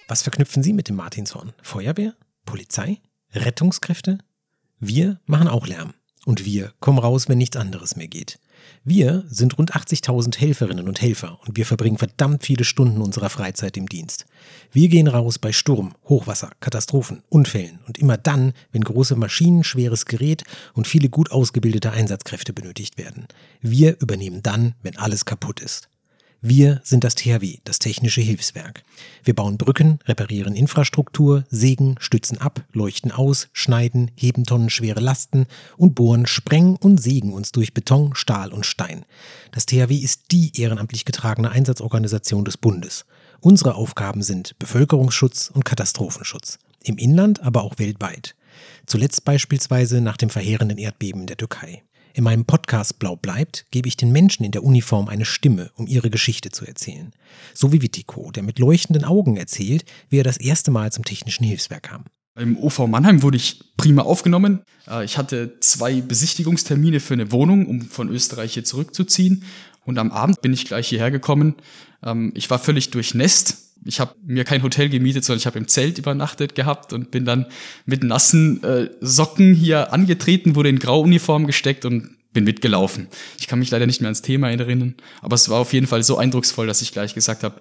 Was verknüpfen Sie mit dem Martinshorn? Feuerwehr? Polizei? Rettungskräfte? Wir machen auch Lärm. Und wir kommen raus, wenn nichts anderes mehr geht. Wir sind rund 80.000 Helferinnen und Helfer und wir verbringen verdammt viele Stunden unserer Freizeit im Dienst. Wir gehen raus bei Sturm, Hochwasser, Katastrophen, Unfällen und immer dann, wenn große Maschinen, schweres Gerät und viele gut ausgebildete Einsatzkräfte benötigt werden. Wir übernehmen dann, wenn alles kaputt ist. Wir sind das THW, das Technische Hilfswerk. Wir bauen Brücken, reparieren Infrastruktur, sägen, stützen ab, leuchten aus, schneiden, heben tonnenschwere Lasten und bohren, sprengen und sägen uns durch Beton, Stahl und Stein. Das THW ist die ehrenamtlich getragene Einsatzorganisation des Bundes. Unsere Aufgaben sind Bevölkerungsschutz und Katastrophenschutz. Im Inland, aber auch weltweit. Zuletzt beispielsweise nach dem verheerenden Erdbeben in der Türkei. In meinem Podcast Blau bleibt gebe ich den Menschen in der Uniform eine Stimme, um ihre Geschichte zu erzählen. So wie Wittiko, der mit leuchtenden Augen erzählt, wie er das erste Mal zum Technischen Hilfswerk kam. Im OV Mannheim wurde ich prima aufgenommen. Ich hatte 2 Besichtigungstermine für eine Wohnung, um von Österreich hier zurückzuziehen. Und am Abend bin ich gleich hierher gekommen. Ich war völlig durchnässt. Ich habe mir kein Hotel gemietet, sondern ich habe im Zelt übernachtet gehabt und bin dann mit nassen Socken hier angetreten, wurde in Grauuniform gesteckt und bin mitgelaufen. Ich kann mich leider nicht mehr ans Thema erinnern, aber es war auf jeden Fall so eindrucksvoll, dass ich gleich gesagt habe,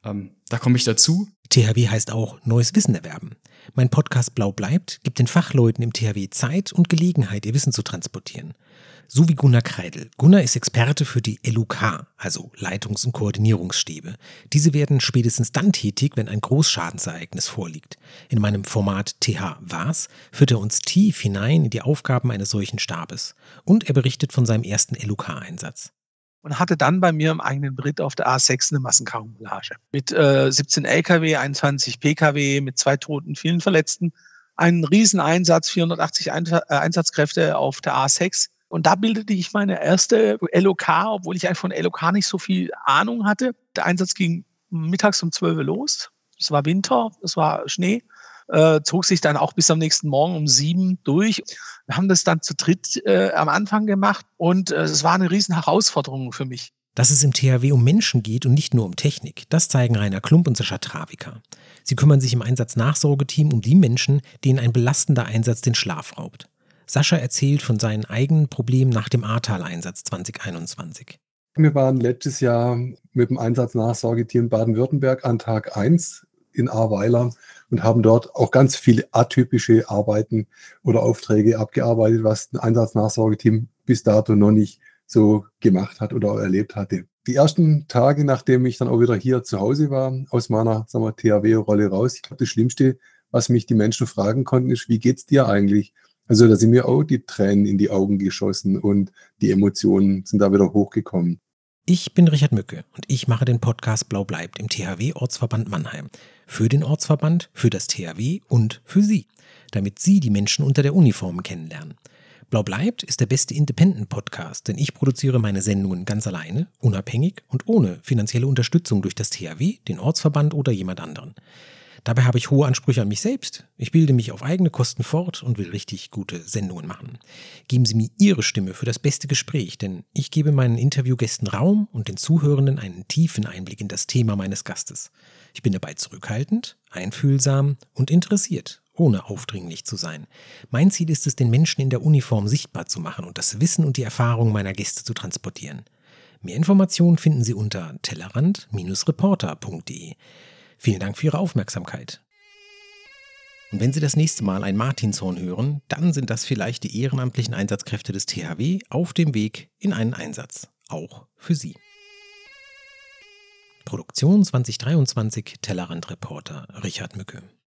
da komme ich dazu. THW heißt auch neues Wissen erwerben. Mein Podcast Blau bleibt gibt den Fachleuten im THW Zeit und Gelegenheit, ihr Wissen zu transportieren. So wie Gunnar Kreidl. Gunnar ist Experte für die LUK, also Leitungs- und Koordinierungsstäbe. Diese werden spätestens dann tätig, wenn ein Großschadensereignis vorliegt. In meinem Format TH Was führt er uns tief hinein in die Aufgaben eines solchen Stabes. Und er berichtet von seinem ersten LUK-Einsatz. Und hatte dann bei mir im eigenen Brit auf der A6 eine Massenkarambolage. Mit 17 LKW, 21 PKW, mit 2 Toten, vielen Verletzten. Einen Rieseneinsatz, 480 Einsatzkräfte auf der A6. Und da bildete ich meine erste LOK, obwohl ich eigentlich von LOK nicht so viel Ahnung hatte. Der Einsatz ging mittags um 12 Uhr los. Es war Winter, es war Schnee. Zog sich dann auch bis am nächsten Morgen um 7 durch. Wir haben das dann zu dritt am Anfang gemacht und es war eine riesen Herausforderung für mich. Dass es im THW um Menschen geht und nicht nur um Technik, das zeigen Rainer Klump und Sascha Trawiker. Sie kümmern sich im Einsatznachsorgeteam um die Menschen, denen ein belastender Einsatz den Schlaf raubt. Sascha erzählt von seinen eigenen Problemen nach dem Ahrtal-Einsatz 2021. Wir waren letztes Jahr mit dem Einsatznachsorgeteam Baden-Württemberg an Tag 1 in Ahrweiler und haben dort auch ganz viele atypische Arbeiten oder Aufträge abgearbeitet, was ein Einsatznachsorgeteam bis dato noch nicht so gemacht hat oder erlebt hatte. Die ersten Tage, nachdem ich dann auch wieder hier zu Hause war, aus meiner THW-Rolle raus, ich glaube, das Schlimmste, was mich die Menschen fragen konnten, ist, wie geht's dir eigentlich? Also da sind mir auch die Tränen in die Augen geschossen und die Emotionen sind da wieder hochgekommen. Ich bin Richard Mücke und ich mache den Podcast Blau bleibt im THW-Ortsverband Mannheim. Für den Ortsverband, für das THW und für Sie, damit Sie die Menschen unter der Uniform kennenlernen. Blau bleibt ist der beste Independent-Podcast, denn ich produziere meine Sendungen ganz alleine, unabhängig und ohne finanzielle Unterstützung durch das THW, den Ortsverband oder jemand anderen. Dabei habe ich hohe Ansprüche an mich selbst. Ich bilde mich auf eigene Kosten fort und will richtig gute Sendungen machen. Geben Sie mir Ihre Stimme für das beste Gespräch, denn ich gebe meinen Interviewgästen Raum und den Zuhörenden einen tiefen Einblick in das Thema meines Gastes. Ich bin dabei zurückhaltend, einfühlsam und interessiert, ohne aufdringlich zu sein. Mein Ziel ist es, den Menschen in der Uniform sichtbar zu machen und das Wissen und die Erfahrung meiner Gäste zu transportieren. Mehr Informationen finden Sie unter tellerrand-reporter.de. Vielen Dank für Ihre Aufmerksamkeit. Und wenn Sie das nächste Mal ein Martinshorn hören, dann sind das vielleicht die ehrenamtlichen Einsatzkräfte des THW auf dem Weg in einen Einsatz. Auch für Sie. Produktion 2023, Tellerrand Reporter Richard Mücke.